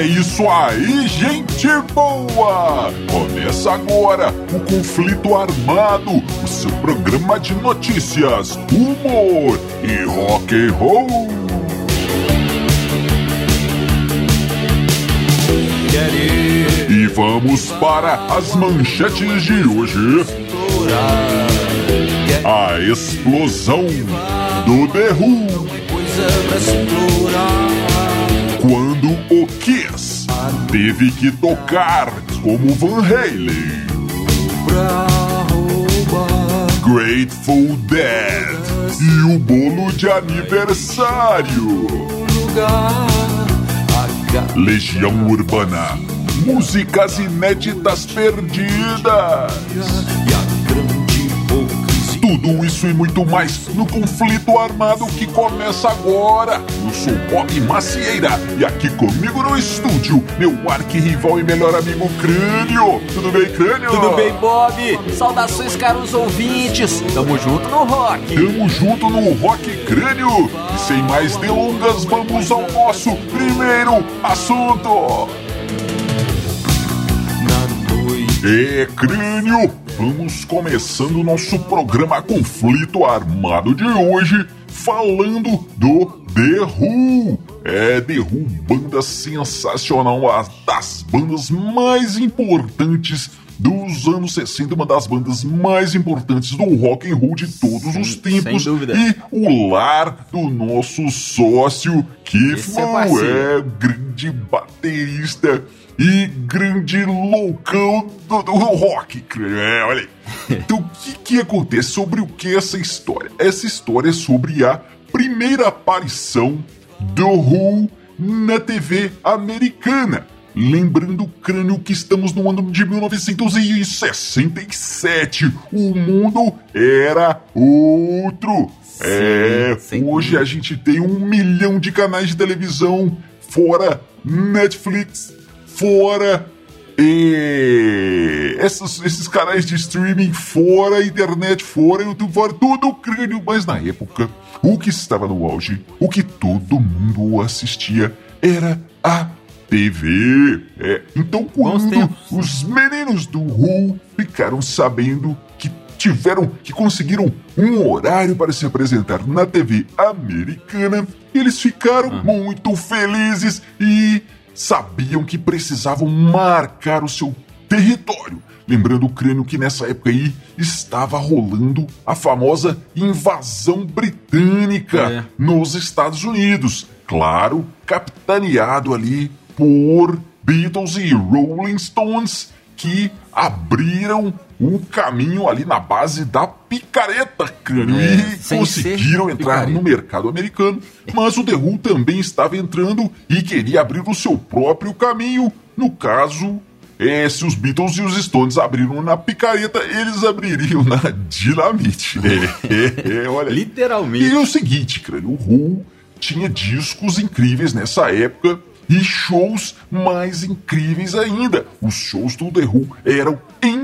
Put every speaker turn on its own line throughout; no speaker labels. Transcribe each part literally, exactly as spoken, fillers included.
isso aí, gente boa! Começa agora o Conflito Armado, o seu programa de notícias, humor e rock and roll. E vamos para as manchetes de hoje. A explosão do The Who. Quando o Kiss teve que tocar como Van Halen. Grateful Dead e o bolo de aniversário. Legião Urbana, músicas inéditas perdidas. Tudo isso e muito mais no Conflito Armado que começa agora. Eu sou Bob Macieira e aqui comigo no estúdio, meu arquirrival e melhor amigo Crânio. Tudo bem, Crânio?
Tudo bem, Bob? Saudações, caros ouvintes. Tamo junto no rock.
Tamo junto no rock, Crânio. E sem mais delongas, vamos ao nosso primeiro assunto. É, Crânio, vamos começando o nosso programa Conflito Armado de hoje falando do The Who. É, The Who, banda sensacional, uma das bandas mais importantes dos anos sessenta, uma das bandas mais importantes do rock and roll de todos os tempos.
Sem dúvida.
E o lar do nosso sócio Keith Moon, é, grande baterista e grande loucão do, do rock. É, olha aí. Então, o que que acontece? Sobre o que essa história? Essa história é sobre a primeira aparição do Who na T V americana. Lembrando, Crânio, que estamos no ano de mil novecentos e sessenta e sete. O mundo era outro.
Sim,
é, hoje a gente tem um milhão de canais de televisão, fora Netflix, fora e... Essas, esses canais de streaming, fora internet, fora YouTube, fora tudo, Crânio. Mas na época, o que estava no auge, o que todo mundo assistia, era a T V. É, então, quando os meninos do Who ficaram sabendo que tiveram, que conseguiram um horário para se apresentar na T V americana, eles ficaram ah. muito felizes e sabiam que precisavam marcar o seu território. Lembrando, o Crânio, que nessa época aí estava rolando a famosa invasão britânica é. nos Estados Unidos. Claro, capitaneado ali por Beatles e Rolling Stones, que abriram um caminho ali na base da picareta, Crânio, é, e conseguiram entrar picareta. no mercado americano. Mas o The Who também estava entrando e queria abrir o seu próprio caminho. No caso, é, se os Beatles e os Stones abriram na picareta, eles abririam na dinamite. É, é, é, olha.
Literalmente.
E é o seguinte, Crânio, o Who tinha discos incríveis nessa época e shows mais incríveis ainda. Os shows do The Who eram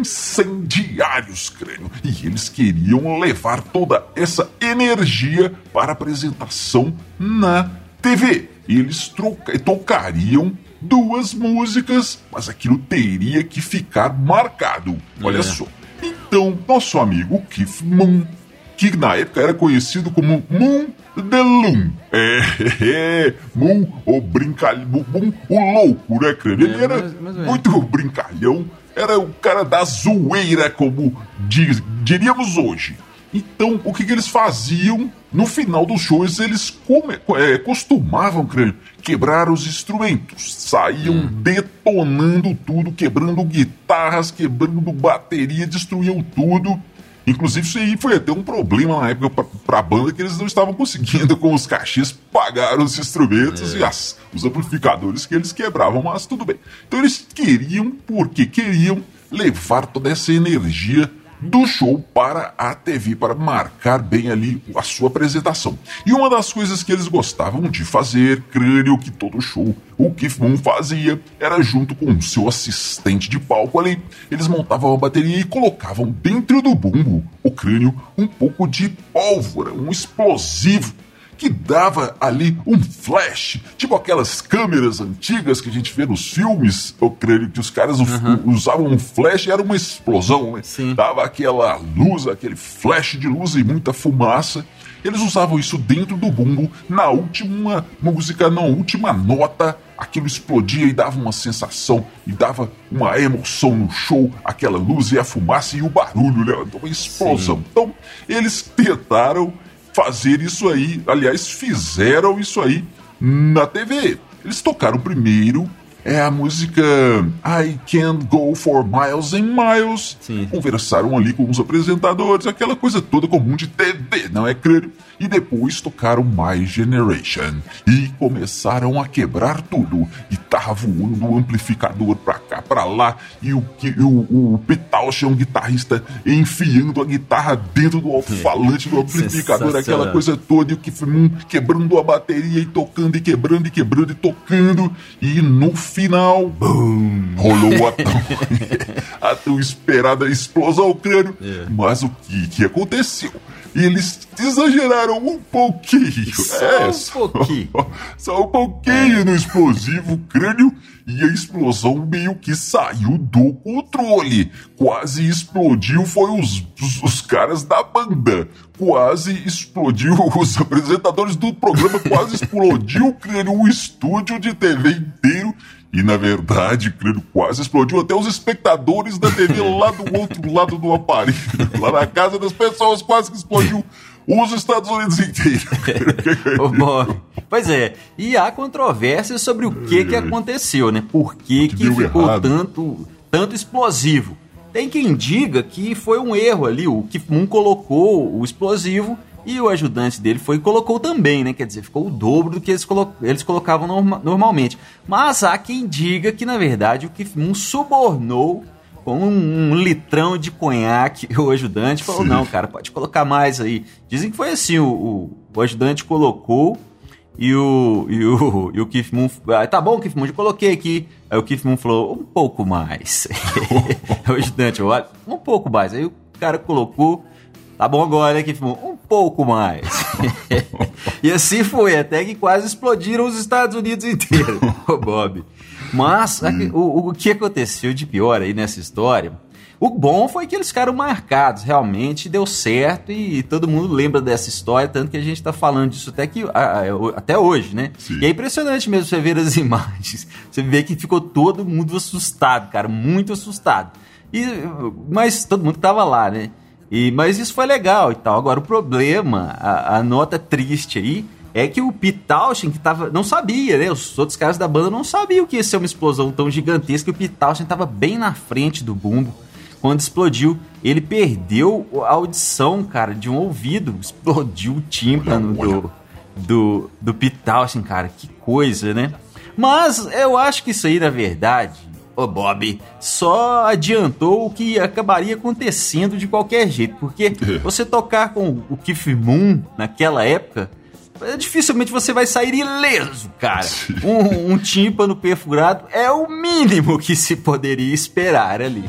incendiários, Crânio, e eles queriam levar toda essa energia para a apresentação na T V. Eles troca- tocariam duas músicas, mas aquilo teria que ficar marcado. Olha é. só. Então, nosso amigo Keith Moon, que na época era conhecido como Moon the Loon. É, é, Moon, o brincalhão, Moon, o louco, né, Crânio? Ele era mas, mas é. muito brincalhão, era o cara da zoeira, como diz, diríamos hoje. Então, o que, que eles faziam? No final dos shows, eles come, é, costumavam, Crânio, quebrar os instrumentos. Saíam hum. detonando tudo, quebrando guitarras, quebrando bateria, destruíam tudo. Inclusive, isso aí foi até um problema na época pra, pra banda, que eles não estavam conseguindo, com os cachês, pagar os instrumentos é. e as, os amplificadores que eles quebravam, mas tudo bem. Então eles queriam, porque queriam levar toda essa energia do show para a T V, para marcar bem ali a sua apresentação. E uma das coisas que eles gostavam de fazer, Crânio, que todo show o Keith Moon fazia, era junto com o seu assistente de palco ali, eles montavam a bateria e colocavam dentro do bumbo, o Crânio, um pouco de pólvora, um explosivo, que dava ali um flash, tipo aquelas câmeras antigas que a gente vê nos filmes, eu creio que os caras uhum. usavam um flash e era uma explosão, né?
Sim.
Dava aquela luz, aquele flash de luz e muita fumaça. Eles usavam isso dentro do bumbo, na última música, na última nota, aquilo explodia e dava uma sensação, e dava uma emoção no show, aquela luz e a fumaça e o barulho, né? Uma explosão. Sim. Então, eles tentaram fazer isso aí, aliás, fizeram isso aí na T V. Eles tocaram primeiro é a música I Can't Go For Miles and Miles.
Sim.
Conversaram ali com os apresentadores, aquela coisa toda comum de T V, não é, creio? E depois tocaram My Generation e começaram a quebrar tudo. E tava voando o amplificador pra cá, pra lá, e o, o, o Pete Townshend, um guitarrista, enfiando a guitarra dentro do alto-falante do amplificador, aquela coisa toda, e o Keith Moon quebrando a bateria e tocando e quebrando e quebrando e tocando. E no final, boom, rolou a tão, a tão esperada explosão ao crânio.
Yeah.
Mas o que, que aconteceu? Eles exageraram um pouquinho.
Só
é,
um
só,
pouquinho.
Só um pouquinho no explosivo crânio, e a explosão meio que saiu do controle. Quase explodiu, foi os, os, os caras da banda. Quase explodiu, os apresentadores do programa quase explodiu o crânio, o estúdio de T V inteiro. E, na verdade, creio, quase explodiu até os espectadores da T V lá do outro lado do aparelho. Lá na casa das pessoas, quase que explodiu os Estados Unidos inteiros.
Ô, Bob, pois é, e há controvérsias sobre o que, que aconteceu, né? Por que, que ficou tanto, tanto explosivo? Tem quem diga que foi um erro ali, o Keith Moon colocou o explosivo e o ajudante dele foi e colocou também, né? Quer dizer, ficou o dobro do que eles, colo- eles colocavam norma- normalmente. Mas há quem diga que, na verdade, o Keith Moon subornou com um, um litrão de conhaque o ajudante. Falou, Sim. não, cara, pode colocar mais aí. Dizem que foi assim, o, o, o ajudante colocou e o, e o, e o Keith Moon... Ah, tá bom, Keith Moon, eu coloquei aqui. Aí o Keith Moon falou, um pouco mais. O ajudante, olha, um pouco mais. Aí o cara colocou... Tá bom agora, né, Keith Moon? Um pouco mais. E assim foi, até que quase explodiram os Estados Unidos inteiros, ô Bob. Mas hum. o, o que aconteceu de pior aí nessa história, o bom foi que eles ficaram marcados, realmente deu certo e todo mundo lembra dessa história, tanto que a gente tá falando disso até, que, até hoje, né?
Sim.
E é impressionante mesmo você ver as imagens, você vê que ficou todo mundo assustado, cara, muito assustado. E, mas todo mundo tava lá, né? E, mas isso foi legal e tal. Agora o problema, a, a nota triste aí, é que o Pete Townshend, que tava, não sabia, né? Os outros caras da banda não sabiam que ia ser uma explosão tão gigantesca. E o Pete Townshend tava bem na frente do bumbo. Quando explodiu, ele perdeu a audição, cara, de um ouvido. Explodiu o tímpano do, do, do Pete Townshend, cara. Que coisa, né? Mas eu acho que isso aí, na verdade... Ô Bob, só adiantou o que acabaria acontecendo de qualquer jeito, porque você tocar com o Keith Moon naquela época, dificilmente você vai sair ileso, cara. Um, um tímpano perfurado é o mínimo que se poderia esperar ali.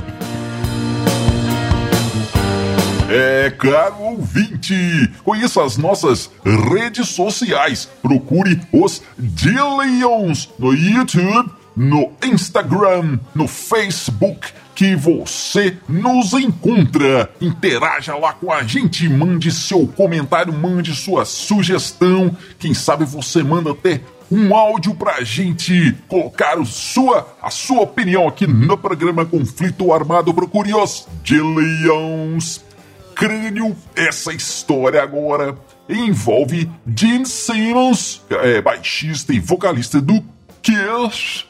É, caro ouvinte, conheça as nossas redes sociais. Procure os Dillions no YouTube, no Instagram, no Facebook, que você nos encontra. Interaja lá com a gente, mande seu comentário, mande sua sugestão. Quem sabe você manda até um áudio pra gente colocar o sua, a sua opinião aqui no programa Conflito Armado. Procure os Dillions. Crânio, essa história agora envolve Gene Simmons, é, baixista e vocalista do Kiss,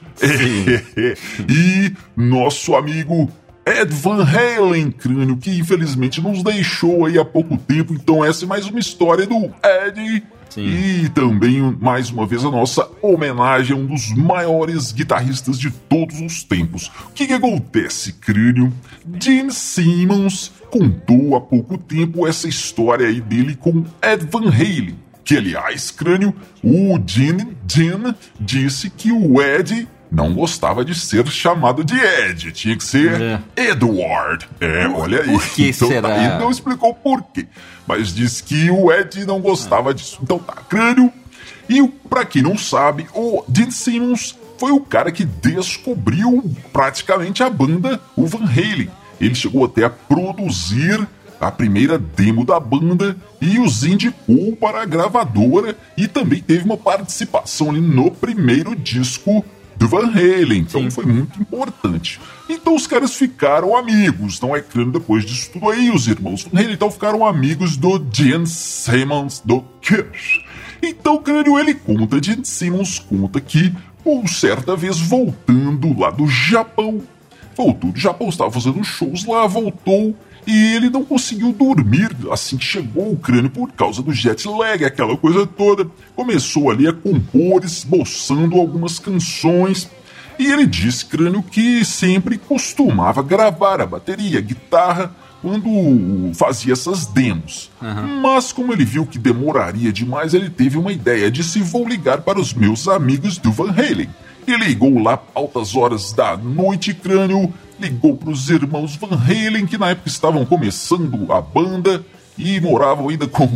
e nosso amigo Ed Van Halen, crânio, que infelizmente nos deixou aí há pouco tempo. Então essa é mais uma história do Ed. Sim. E também, mais uma vez, a nossa homenagem a um dos maiores guitarristas de todos os tempos. O que, que acontece, crânio? Gene Simmons contou há pouco tempo essa história aí dele com Ed Van Halen. Que, aliás, crânio, o Gene, Gene disse que o Ed não gostava de ser chamado de Ed, tinha que ser é. Edward. É, olha aí.
Por que
então,
será?
Tá, ele não explicou por quê, mas disse que o Ed não gostava disso. Então tá, crânio. E pra quem não sabe, o Gene Simmons foi o cara que descobriu praticamente a banda, o Van Halen. Ele chegou até a produzir a primeira demo da banda e os indicou para a gravadora e também teve uma participação ali no primeiro disco do Van Halen, então Sim. foi muito importante. Então os caras ficaram amigos, então é claro, depois disso tudo aí, os irmãos Van Halen então ficaram amigos do Gene Simmons do Kiss. Então, crânio, ele conta, Gene Simmons conta que, por certa vez voltando lá do Japão, voltou do Japão, estava fazendo shows lá, voltou e ele não conseguiu dormir assim que chegou o crânio por causa do jet lag, aquela coisa toda. Começou ali a compor, esboçando algumas canções. E ele disse, crânio, que sempre costumava gravar a bateria, a guitarra, quando fazia essas demos. Uhum. Mas como ele viu que demoraria demais, ele teve uma ideia, disse, vou ligar para os meus amigos do Van Halen. E ligou lá altas horas da noite, crânio, ligou para os irmãos Van Halen, que na época estavam começando a banda e moravam ainda com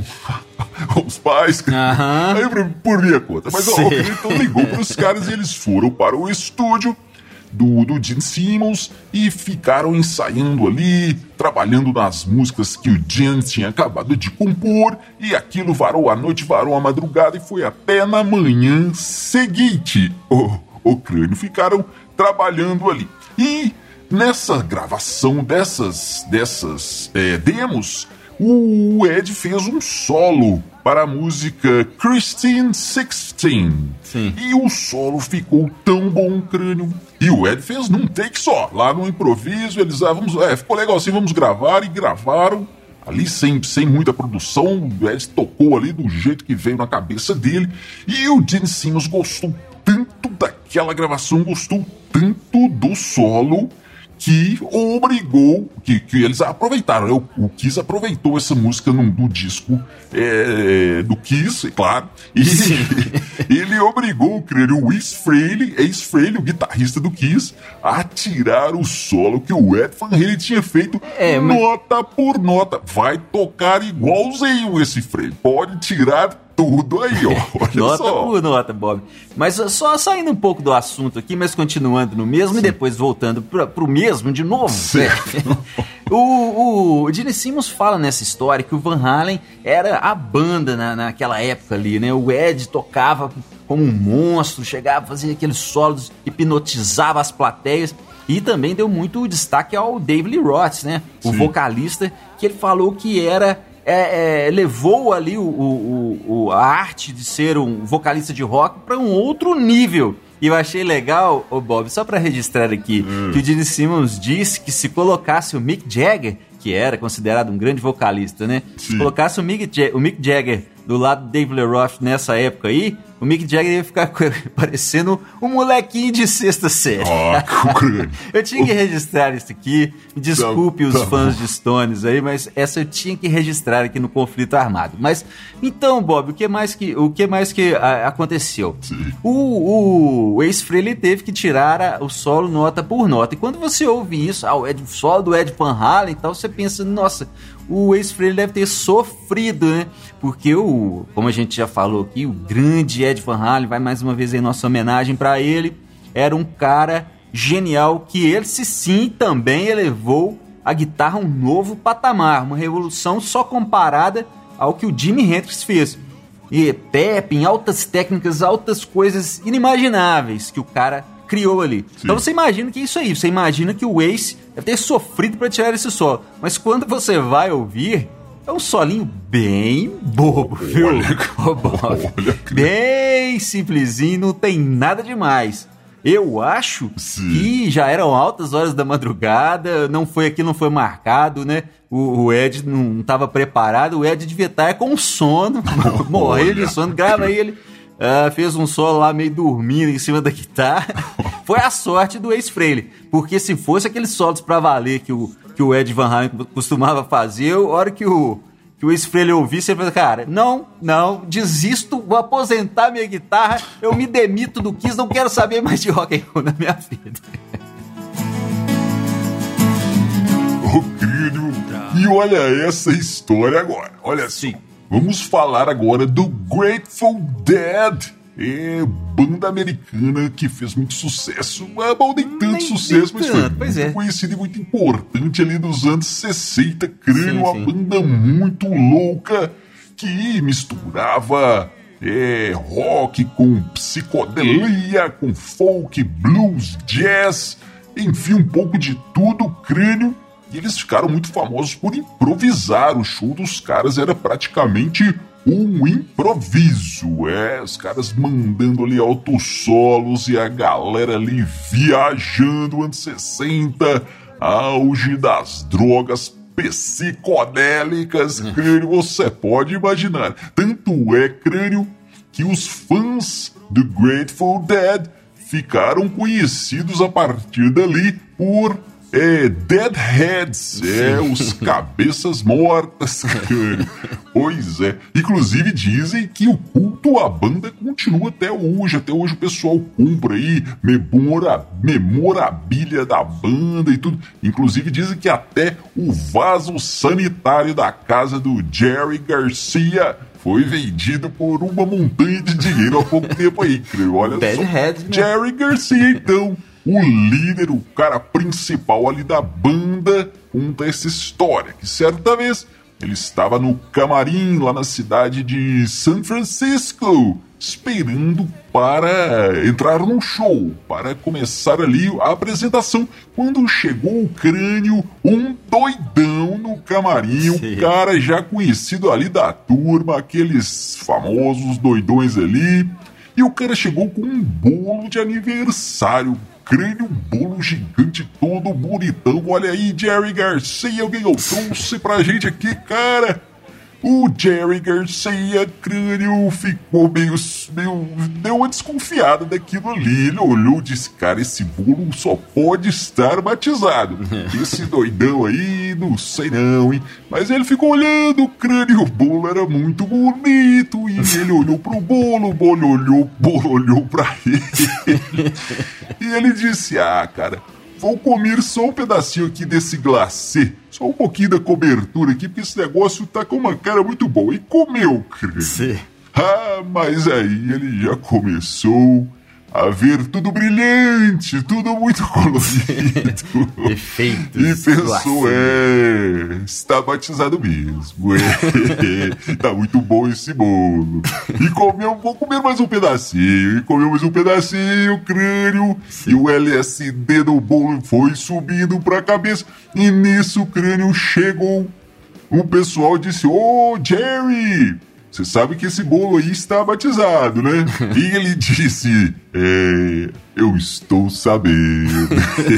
os pais, uhum. aí por, por minha conta. Mas ó, então ligou para os caras e eles foram para o estúdio do, do Gene Simmons e ficaram ensaiando ali, trabalhando nas músicas que o Gene tinha acabado de compor, e aquilo varou a noite, varou a madrugada e foi até na manhã seguinte. O, o crânio ficaram trabalhando ali. E nessa gravação dessas, dessas é, demos, o Ed fez um solo para a música Christine sixteen. Sim. E o solo ficou tão bom, crânio. E o Ed fez num take só, lá no improviso, eles, ah, vamos, é, ficou legal assim, vamos gravar, e gravaram, ali sem, sem muita produção, o Ed tocou ali do jeito que veio na cabeça dele, e o Gene Simmons gostou tanto daquela gravação, gostou tanto do solo, que obrigou, que, que eles aproveitaram, né? o, o Kiss aproveitou essa música no, do disco é, do Kiss, é claro, e ele obrigou, creio, o Ace Frehley, Ace Frehley, o guitarrista do Kiss, a tirar o solo que o Ed Van Halen tinha feito, é, mas... nota por nota. Vai tocar igualzinho esse Frehley, pode tirar tudo aí, ó. Olha
nota
só.
por nota, Bob. Mas só saindo um pouco do assunto aqui, mas continuando no mesmo, Sim. e depois voltando pra, pro mesmo de novo. Certo. o, o Gene Simmons fala nessa história que o Van Halen era a banda na, naquela época ali, né? O Ed tocava como um monstro, chegava a fazer aqueles solos, hipnotizava as plateias. E também deu muito destaque ao Dave Lee Roth, né? O Sim. vocalista, que ele falou que era... É, é, levou ali o, o, o, a arte de ser um vocalista de rock para um outro nível. E eu achei legal, ô Bob, só para registrar aqui, hum. que o Gene Simmons disse que se colocasse o Mick Jagger, que era considerado um grande vocalista, né? Sim. Se colocasse o Mick, Jag- o Mick Jagger do lado do Dave Lee Roth nessa época aí, o Mick Jagger ia ficar parecendo um molequinho de sexta série. Oh, eu tinha que registrar isso aqui. Me desculpe tá, os tá fãs bom. de Stones aí, mas essa eu tinha que registrar aqui no Conflito Armado. Mas, então, Bob, o que mais que, o que, mais que a, aconteceu? O, o Ace Frehley teve que tirar a, o solo nota por nota. E quando você ouve isso, ah, o Ed, solo do Ed Van Halen e tal, você pensa, nossa... O Ace Frehley deve ter sofrido, né? Porque, o, como a gente já falou aqui, o grande Ed Van Halen, vai mais uma vez em nossa homenagem para ele, era um cara genial que ele se sim também elevou a guitarra a um novo patamar, uma revolução só comparada ao que o Jimi Hendrix fez. E tapping, altas técnicas, altas coisas inimagináveis que o cara criou ali. Sim. Então você imagina que é isso aí, você imagina que o Ace deve ter sofrido para tirar esse solo, mas quando você vai ouvir, é um solinho bem bobo, viu? Olha, olha, bem simplesinho, não tem nada demais. Eu acho Sim. que já eram altas horas da madrugada, não foi aqui, não foi marcado, né? O, o Ed não estava preparado, o Ed devia estar com sono, morreu de sono, grava ele. Uh, fez um solo lá meio dormindo em cima da guitarra. Foi a sorte do Ace Frehley, porque se fosse aqueles solos pra valer que o, que o Ed Van Halen costumava fazer, a hora que o, que o ex-Frehley ouvisse, ele falou, cara, não, não, desisto, vou aposentar minha guitarra, eu me demito do Kiss, não quero saber mais de rock and roll na minha vida.
Ô, Crânio, e olha essa história agora, olha
Sim.
só. Vamos falar agora do Grateful Dead. É banda americana que fez muito sucesso, mas bom, nem tanto nem, sucesso, nem mas foi
pois
muito
é.
conhecido e muito importante ali nos anos sessenta. Crânio,
sim,
uma
sim.
banda muito louca que misturava é, rock com psicodelia, com folk, blues, jazz, enfim, um pouco de tudo, Crânio. E eles ficaram muito famosos por improvisar. O show dos caras era praticamente um improviso. É, os caras mandando ali altos solos e a galera ali viajando, anos sessenta, auge das drogas psicodélicas, Crânio, você pode imaginar. Tanto é, Crânio, que os fãs do Grateful Dead ficaram conhecidos a partir dali por É, Deadheads, é, os cabeças mortas, Crânio. Pois é, inclusive dizem que o culto à banda continua até hoje, até hoje o pessoal compra aí memora, memorabilia da banda e tudo, inclusive dizem que até o vaso sanitário da casa do Jerry Garcia foi vendido por uma montanha de dinheiro há pouco tempo aí, Crânio. Olha
Deadheads,
só,
né?
Jerry Garcia, então, o líder, o cara principal ali da banda, conta essa história, que certa vez ele estava no camarim lá na cidade de San Francisco, esperando para entrar num show, para começar ali a apresentação, quando chegou o Crânio, um doidão no camarim, um cara já conhecido ali da turma, aqueles famosos doidões ali, e o cara chegou com um bolo de aniversário, Crânio, um bolo gigante, todo bonitão. Olha aí, Jerry Garcia, alguém eu trouxe pra gente aqui, cara. O Jerry Garcia, Crânio, ficou meio, meio... deu uma desconfiada daquilo ali. Ele olhou e disse, cara, esse bolo só pode estar batizado. Esse doidão aí, não sei não, hein. Mas ele ficou olhando, Crânio, o bolo era muito bonito. E ele olhou pro bolo, o bolo olhou, o bolo olhou pra ele. E ele disse, ah, cara, vou comer só um pedacinho aqui desse glacê. Só um pouquinho da cobertura aqui, porque esse negócio tá com uma cara muito boa. E comeu, Crânio.
Sim.
Ah, mas aí ele já começou a ver tudo brilhante, tudo muito colorido.
Efeitos.
E pensou, é, está batizado mesmo. É, tá muito bom esse bolo. E comeu, vou comer mais um pedacinho. E comeu mais um pedacinho, Crânio. Sim. E o L S D do bolo foi subindo pra cabeça. E nisso o Crânio chegou. O pessoal disse, ô, oh, Jerry, você sabe que esse bolo aí está batizado, né? E ele disse, é, eu estou sabendo.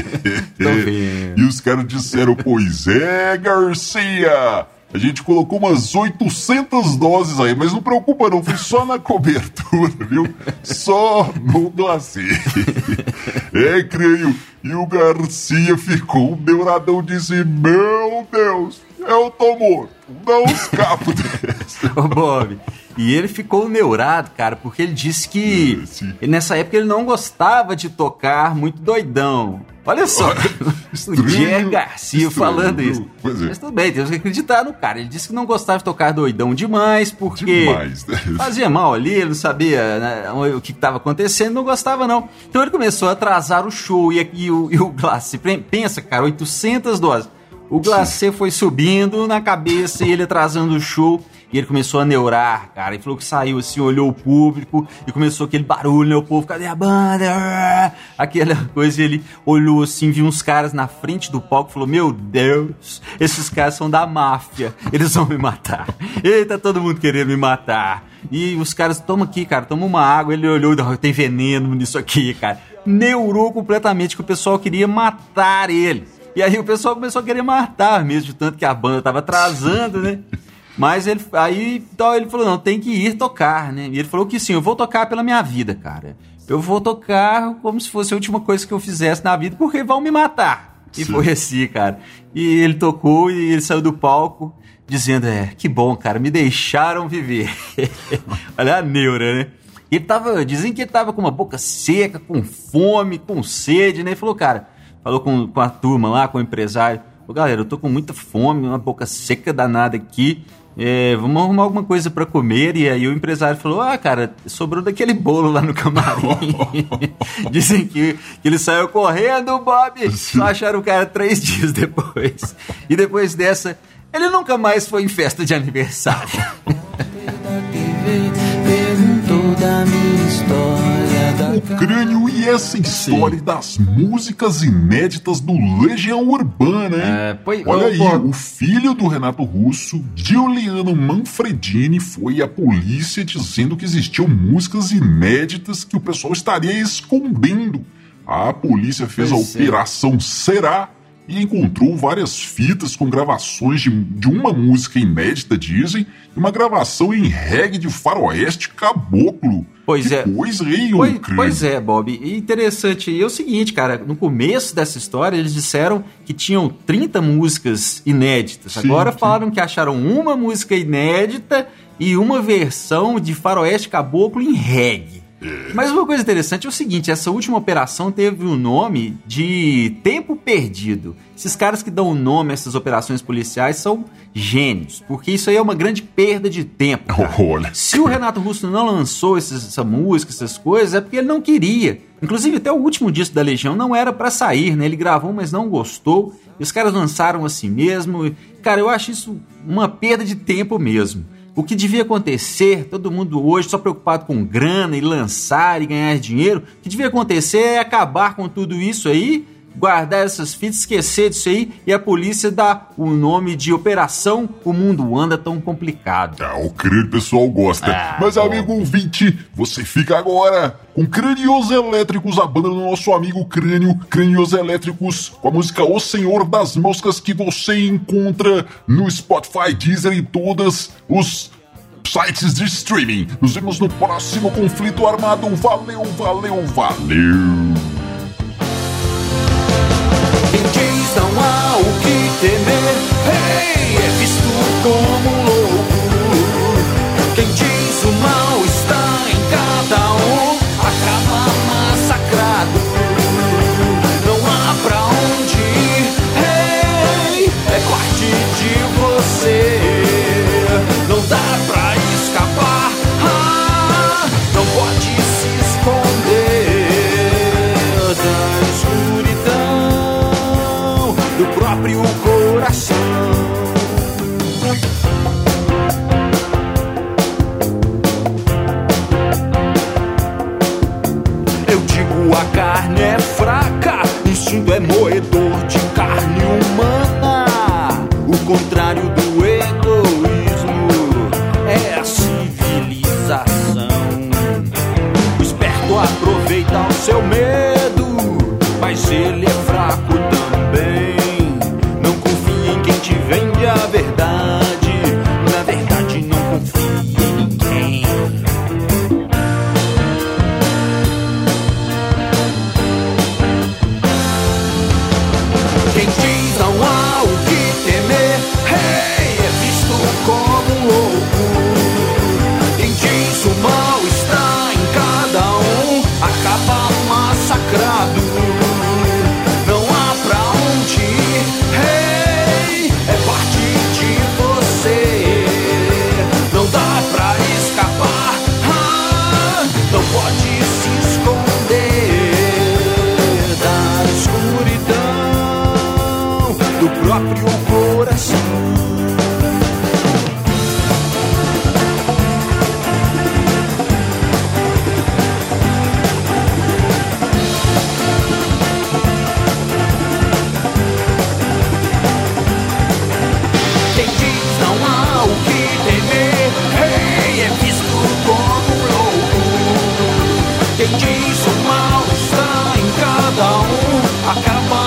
E os caras disseram, pois é, Garcia, a gente colocou umas oitocentas doses aí, mas não preocupa não, foi só na cobertura, viu? Só no glacê. É, Crânio, e o Garcia ficou um neuradão, disse, meu Deus, eu tô morto. Não escapo dessa.
Ô, Bob, e ele ficou neurado, cara, porque ele disse que é, nessa época ele não gostava de tocar muito doidão. Olha só, o Jerry Garcia estranho, falando isso.
Pois é.
Mas tudo bem, temos que acreditar no cara. Ele disse que não gostava de tocar doidão demais, porque
demais, né?
Fazia mal ali, ele não sabia, né, o que estava acontecendo, não gostava não. Então ele começou a atrasar o show e, e, o, e o Glass, pensa, cara, oitocentas doses. O glacê foi subindo na cabeça e ele atrasando o show. E ele começou a neurar, cara. Ele falou que saiu assim, olhou o público e começou aquele barulho, né? O povo, cadê a banda? Aquela coisa, e ele olhou assim, viu uns caras na frente do palco e falou, meu Deus, esses caras são da máfia, eles vão me matar. Eita, todo mundo querendo me matar. E os caras, toma aqui, cara, toma uma água. Ele olhou, tem veneno nisso aqui, cara. Neurou completamente que o pessoal queria matar ele. E aí o pessoal começou a querer matar mesmo, de tanto que a banda tava atrasando, né? Mas ele, aí então ele falou, não, tem que ir tocar, né? E ele falou que sim, eu vou tocar pela minha vida, cara. Eu vou tocar como se fosse a última coisa que eu fizesse na vida, porque vão me matar. E Sim. foi assim, cara. E ele tocou e ele saiu do palco dizendo, é, que bom, cara, me deixaram viver. Olha a neura, né? Ele tava, dizem que ele tava com uma boca seca, com fome, com sede, né? Ele falou, cara, falou com, com a turma lá, com o empresário, ô, galera, eu tô com muita fome, uma boca seca danada aqui, é, vamos arrumar alguma coisa pra comer. E aí o empresário falou, ah, cara, sobrou daquele bolo lá no camarim. Dizem que, que ele saiu correndo, Bob, só acharam o cara três dias depois. E depois dessa, ele nunca mais foi em festa de aniversário.
O Crânio e essa história Sim. das músicas inéditas do Legião Urbana, hein? É, foi, Olha aí, pô. o filho do Renato Russo, Giuliano Manfredini, foi à polícia dizendo que existiam músicas inéditas que o pessoal estaria escondendo. A polícia fez pois a Operação é. Será e encontrou várias fitas com gravações de, de uma música inédita, dizem, e uma gravação em reggae de faroeste caboclo.
Pois
que
é.
Coisa, hein,
pois, pois é, Bob. E interessante, e é o seguinte, cara, no começo dessa história eles disseram que tinham trinta músicas inéditas. Sim, Agora sim. falaram que acharam uma música inédita e uma versão de faroeste caboclo em reggae. Mas uma coisa interessante é o seguinte, essa última operação teve o nome de Tempo Perdido. Esses caras que dão o nome a essas operações policiais são gênios, porque isso aí é uma grande perda de tempo.
Olha.
Se o Renato Russo não lançou esses, essa música, essas coisas, é porque ele não queria. Inclusive até o último disco da Legião não era pra sair, né? Ele gravou, mas não gostou, e os caras lançaram assim mesmo. Cara, eu acho isso uma perda de tempo mesmo. O que devia acontecer, todo mundo hoje só preocupado com grana e lançar e ganhar dinheiro, o que devia acontecer é acabar com tudo isso aí, guardar essas fitas, esquecer disso aí e a polícia dá o nome de Operação O Mundo Anda Tão Complicado.
Ah, o crânio pessoal gosta. Ah, Mas, bom. amigo ouvinte, você fica agora com Crânios Elétricos, a banda do nosso amigo Crânio, Crânios Elétricos, com a música O Senhor das Moscas, que você encontra no Spotify, Deezer e todos os sites de streaming. Nos vemos no próximo Conflito Armado. Valeu, valeu, valeu!
Quem diz não há o que temer, hey, é visto como louco. Quem diz o mal está em cada um, acaba massacrado. Não há pra onde ir, hey, é parte de você. Não dá pra escapar, ah, não pode se esconder da escuridão do próprio coração. Eu digo a carne é fraca, instinto é moedor de carne humana. O contrário do egoísmo é a civilização. O esperto aproveita o seu medo, mas ele é fraco também. Não confia em quem te vende a verdade, na verdade não confia em ninguém. Quem diz não há o que temer, hey, é visto como louco. Quem diz o mal está em cada um, acaba massacrado. Não há pra onde ir, hey, é parte de você. Não dá pra escapar, ah, não pode se esconder da escuridão do próprio coração. Quem diz não há o que temer, hey, é visto como louco. Quem diz o mal está em cada um, acaba